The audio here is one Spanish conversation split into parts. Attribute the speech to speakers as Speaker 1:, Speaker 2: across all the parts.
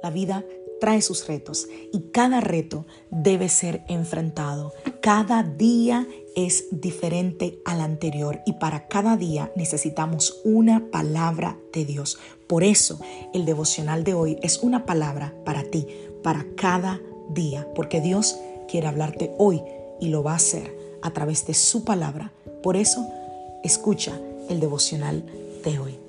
Speaker 1: La vida trae sus retos y cada reto debe ser enfrentado. Cada día es diferente al anterior y para cada día necesitamos una palabra de Dios. Por eso el devocional de hoy es una palabra para ti, para cada día, porque Dios quiere hablarte hoy y lo va a hacer a través de su palabra. Por eso, escucha el devocional de hoy.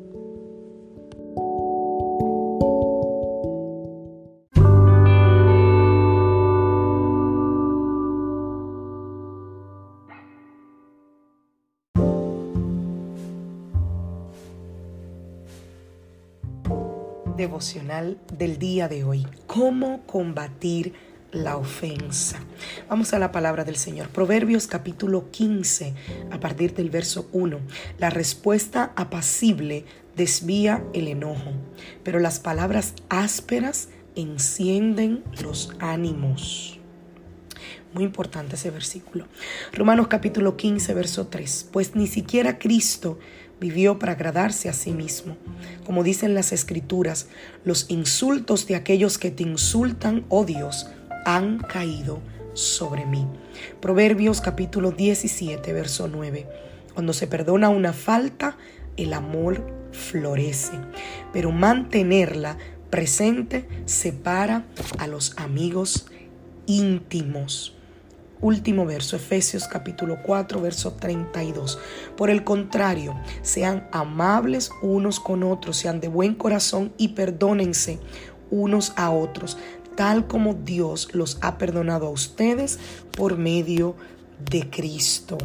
Speaker 1: Devocional del día de hoy. ¿Cómo combatir la ofensa? Vamos a la palabra del Señor. Proverbios capítulo 15, a partir del verso 1. La respuesta apacible desvía el enojo, pero las palabras ásperas encienden los ánimos. Muy importante ese versículo. Romanos capítulo 15, verso 3. Pues ni siquiera Cristo vivió para agradarse a sí mismo. Como dicen las Escrituras, los insultos de aquellos que te insultan, oh Dios, han caído sobre mí. Proverbios capítulo 17, verso 9. Cuando se perdona una falta, el amor florece, pero mantenerla presente separa a los amigos íntimos. Último verso, Efesios capítulo 4, verso 32. Por el contrario, sean amables unos con otros, sean de buen corazón y perdónense unos a otros, tal como Dios los ha perdonado a ustedes por medio de Cristo.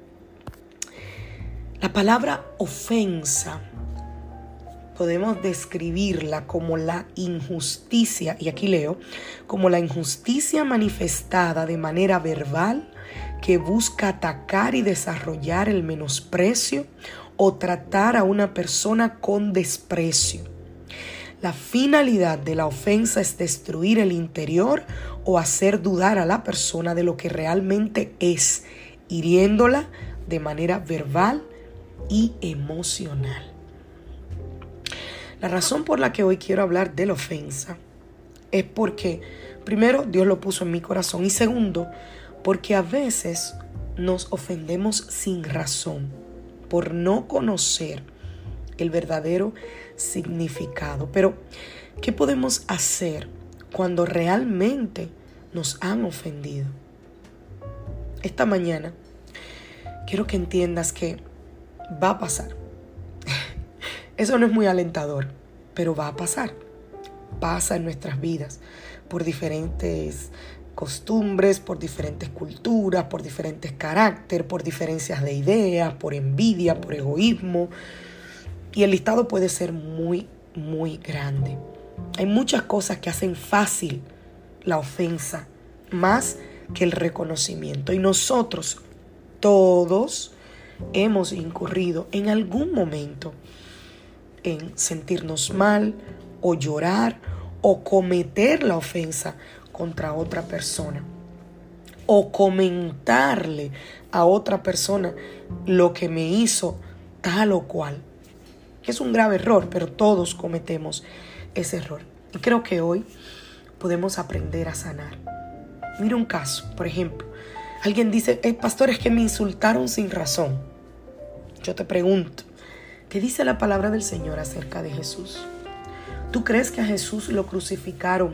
Speaker 1: La palabra ofensa podemos describirla como la injusticia, y aquí leo, como la injusticia manifestada de manera verbal que busca atacar y desarrollar el menosprecio o tratar a una persona con desprecio. La finalidad de la ofensa es destruir el interior o hacer dudar a la persona de lo que realmente es, hiriéndola de manera verbal y emocional. La razón por la que hoy quiero hablar de la ofensa es porque, primero, Dios lo puso en mi corazón y segundo, porque a veces nos ofendemos sin razón por no conocer el verdadero significado. Pero, ¿qué podemos hacer cuando realmente nos han ofendido? Esta mañana quiero que entiendas que va a pasar. Eso no es muy alentador, pero va a pasar. Pasa en nuestras vidas por diferentes costumbres, por diferentes culturas, por diferentes caracteres, por diferencias de ideas, por envidia, por egoísmo. Y el listado puede ser muy, muy grande. Hay muchas cosas que hacen fácil la ofensa, más que el reconocimiento. Y nosotros, todos, hemos incurrido en algún momento en sentirnos mal o llorar o cometer la ofensa contra otra persona o comentarle a otra persona lo que me hizo tal o cual. Es un grave error, pero todos cometemos ese error. Y creo que hoy podemos aprender a sanar. Mira un caso, por ejemplo, alguien dice, pastor, es que me insultaron sin razón. Yo te pregunto, ¿qué dice la palabra del Señor acerca de Jesús? ¿Tú crees que a Jesús lo crucificaron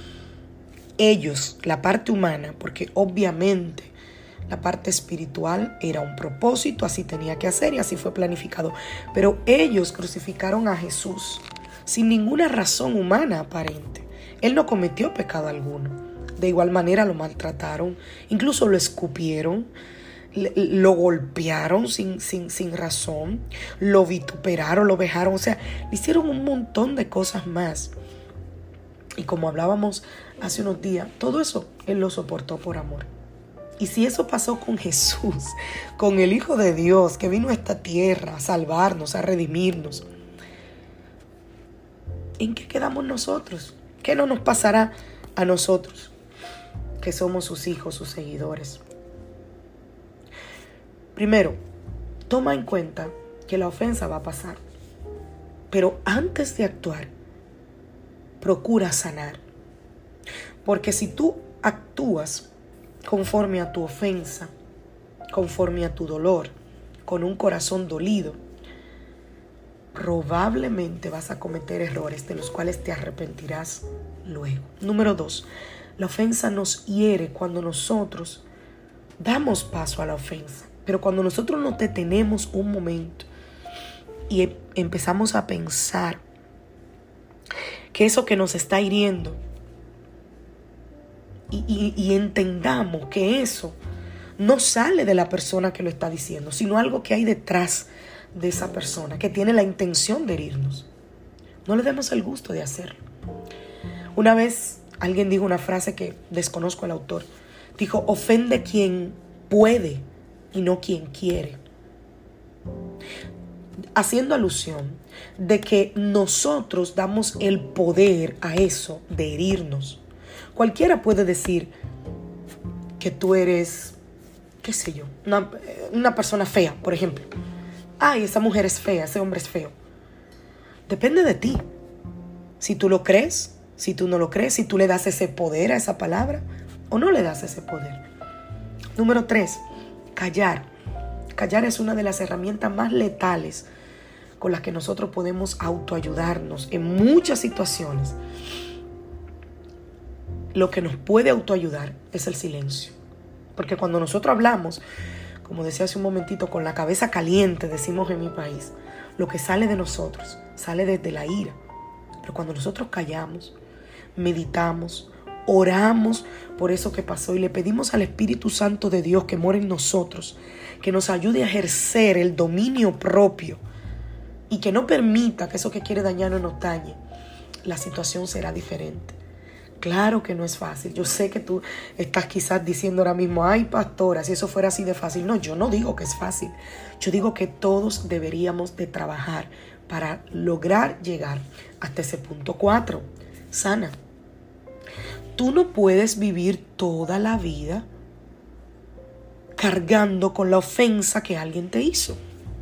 Speaker 1: ellos, la parte humana? Porque obviamente la parte espiritual era un propósito, así tenía que hacer y así fue planificado. Pero ellos crucificaron a Jesús sin ninguna razón humana aparente. Él no cometió pecado alguno. De igual manera lo maltrataron, incluso lo escupieron, lo golpearon sin razón, lo vituperaron, lo vejaron, o sea, le hicieron un montón de cosas más. Y como hablábamos hace unos días, todo eso Él lo soportó por amor. Y si eso pasó con Jesús, con el Hijo de Dios que vino a esta tierra a salvarnos, a redimirnos, ¿en qué quedamos nosotros? ¿Qué no nos pasará a nosotros que somos sus hijos, sus seguidores? Primero, toma en cuenta que la ofensa va a pasar. Pero antes de actuar, procura sanar. Porque si tú actúas conforme a tu ofensa, conforme a tu dolor, con un corazón dolido, probablemente vas a cometer errores de los cuales te arrepentirás luego. Número 2, la ofensa nos hiere cuando nosotros damos paso a la ofensa. Pero cuando nosotros nos detenemos un momento y empezamos a pensar que eso que nos está hiriendo y entendamos que eso no sale de la persona que lo está diciendo, sino algo que hay detrás de esa persona, que tiene la intención de herirnos, no le demos el gusto de hacerlo. Una vez alguien dijo una frase que desconozco el autor. Dijo: ofende quien puede y no quien quiere. Haciendo alusión de que nosotros damos el poder a eso de herirnos. Cualquiera puede decir que tú eres, qué sé yo, una persona fea, por ejemplo. Ay, esa mujer es fea, ese hombre es feo. Depende de ti. Si tú lo crees, si tú no lo crees, si tú le das ese poder a esa palabra o no le das ese poder. Número 3, callar. Callar es una de las herramientas más letales con las que nosotros podemos autoayudarnos en muchas situaciones. Lo que nos puede autoayudar es el silencio. Porque cuando nosotros hablamos, como decía hace un momentito, con la cabeza caliente, decimos en mi país, lo que sale de nosotros sale desde la ira. Pero cuando nosotros callamos, meditamos, oramos por eso que pasó y le pedimos al Espíritu Santo de Dios que mora en nosotros, que nos ayude a ejercer el dominio propio y que no permita que eso que quiere dañarnos nos dañe, la situación será diferente. Claro que no es fácil. Yo sé que tú estás quizás diciendo ahora mismo: ay, pastora, si eso fuera así de fácil. No, yo no digo que es fácil. Yo digo que todos deberíamos de trabajar para lograr llegar hasta ese punto. 4, sana. Tú no puedes vivir toda la vida cargando con la ofensa que alguien te hizo.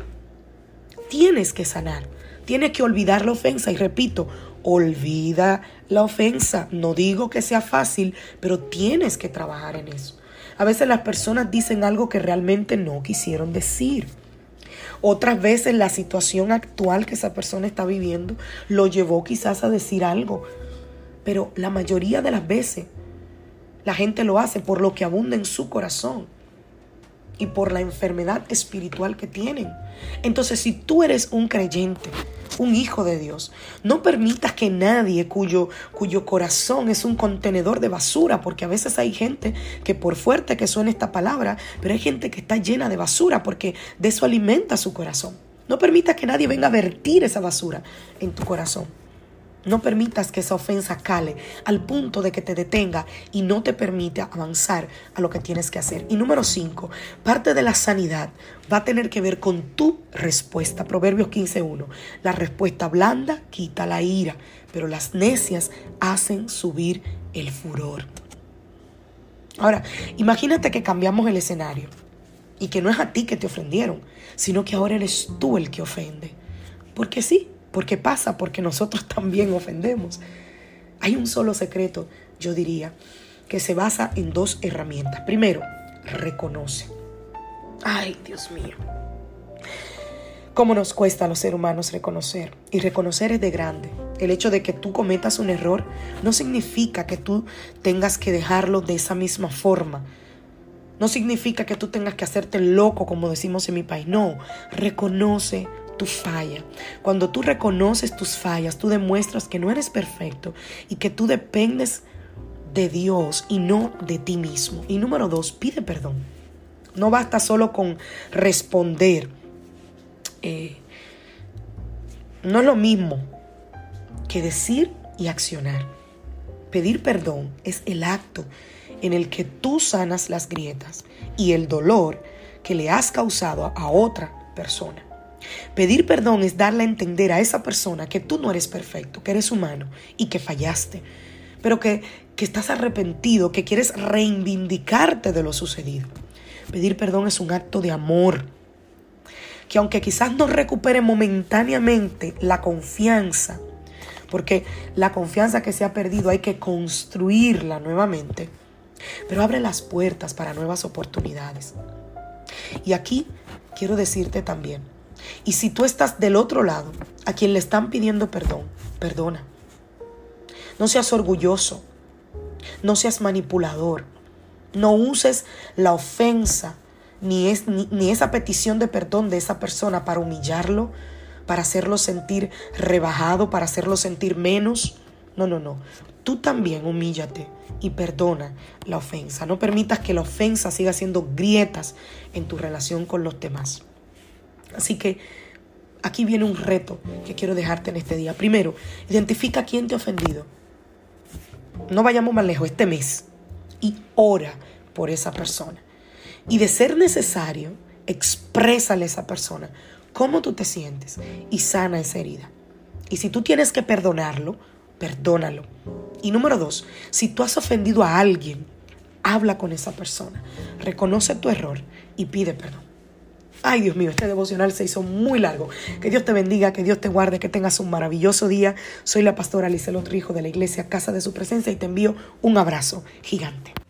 Speaker 1: Tienes que sanar. Tienes que olvidar la ofensa. Y repito, olvida la ofensa. No digo que sea fácil, pero tienes que trabajar en eso. A veces las personas dicen algo que realmente no quisieron decir. Otras veces la situación actual que esa persona está viviendo lo llevó quizás a decir algo. Pero la mayoría de las veces la gente lo hace por lo que abunda en su corazón y por la enfermedad espiritual que tienen. Entonces, si tú eres un creyente, un hijo de Dios, no permitas que nadie cuyo corazón es un contenedor de basura, porque a veces hay gente que, por fuerte que suene esta palabra, pero hay gente que está llena de basura porque de eso alimenta su corazón. No permitas que nadie venga a vertir esa basura en tu corazón. No permitas que esa ofensa cale al punto de que te detenga y no te permita avanzar a lo que tienes que hacer. Y número 5, parte de la sanidad va a tener que ver con tu respuesta. Proverbios 15:1. La respuesta blanda quita la ira, pero las necias hacen subir el furor. Ahora, imagínate que cambiamos el escenario y que no es a ti que te ofendieron, sino que ahora eres tú el que ofende. Porque sí. Porque pasa, porque nosotros también ofendemos. Hay un solo secreto, yo diría, que se basa en 2 herramientas. Primero, reconoce. Ay, Dios mío. ¿Cómo nos cuesta a los seres humanos reconocer? Y reconocer es de grande. El hecho de que tú cometas un error no significa que tú tengas que dejarlo de esa misma forma. No significa que tú tengas que hacerte loco, como decimos en mi país. No, reconoce tu falla. Cuando tú reconoces tus fallas, tú demuestras que no eres perfecto y que tú dependes de Dios y no de ti mismo. Y número 2, pide perdón. No basta solo con responder. No es lo mismo que decir y accionar. Pedir perdón es el acto en el que tú sanas las grietas y el dolor que le has causado a otra persona. Pedir perdón es darle a entender a esa persona que tú no eres perfecto, que eres humano y que fallaste, pero que estás arrepentido, que quieres reivindicarte de lo sucedido. Pedir perdón es un acto de amor, que aunque quizás no recupere momentáneamente la confianza, porque la confianza que se ha perdido hay que construirla nuevamente. Pero abre las puertas para nuevas oportunidades. Y aquí quiero decirte también, y si tú estás del otro lado, a quien le están pidiendo perdón, perdona. No seas orgulloso, no seas manipulador, no uses la ofensa ni esa petición de perdón de esa persona para humillarlo, para hacerlo sentir rebajado, para hacerlo sentir menos. No. Tú también humíllate y perdona la ofensa. No permitas que la ofensa siga haciendo grietas en tu relación con los demás. Así que aquí viene un reto que quiero dejarte en este día. Primero, identifica quién te ha ofendido. No vayamos más lejos, este mes. Y ora por esa persona. Y de ser necesario, exprésale a esa persona cómo tú te sientes y sana esa herida. Y si tú tienes que perdonarlo, perdónalo. Y número 2, si tú has ofendido a alguien, habla con esa persona, reconoce tu error y pide perdón. Ay, Dios mío, este devocional se hizo muy largo. Que Dios te bendiga, que Dios te guarde, que tengas un maravilloso día. Soy la pastora Lizelot Rijo de la iglesia Casa de Su Presencia y te envío un abrazo gigante.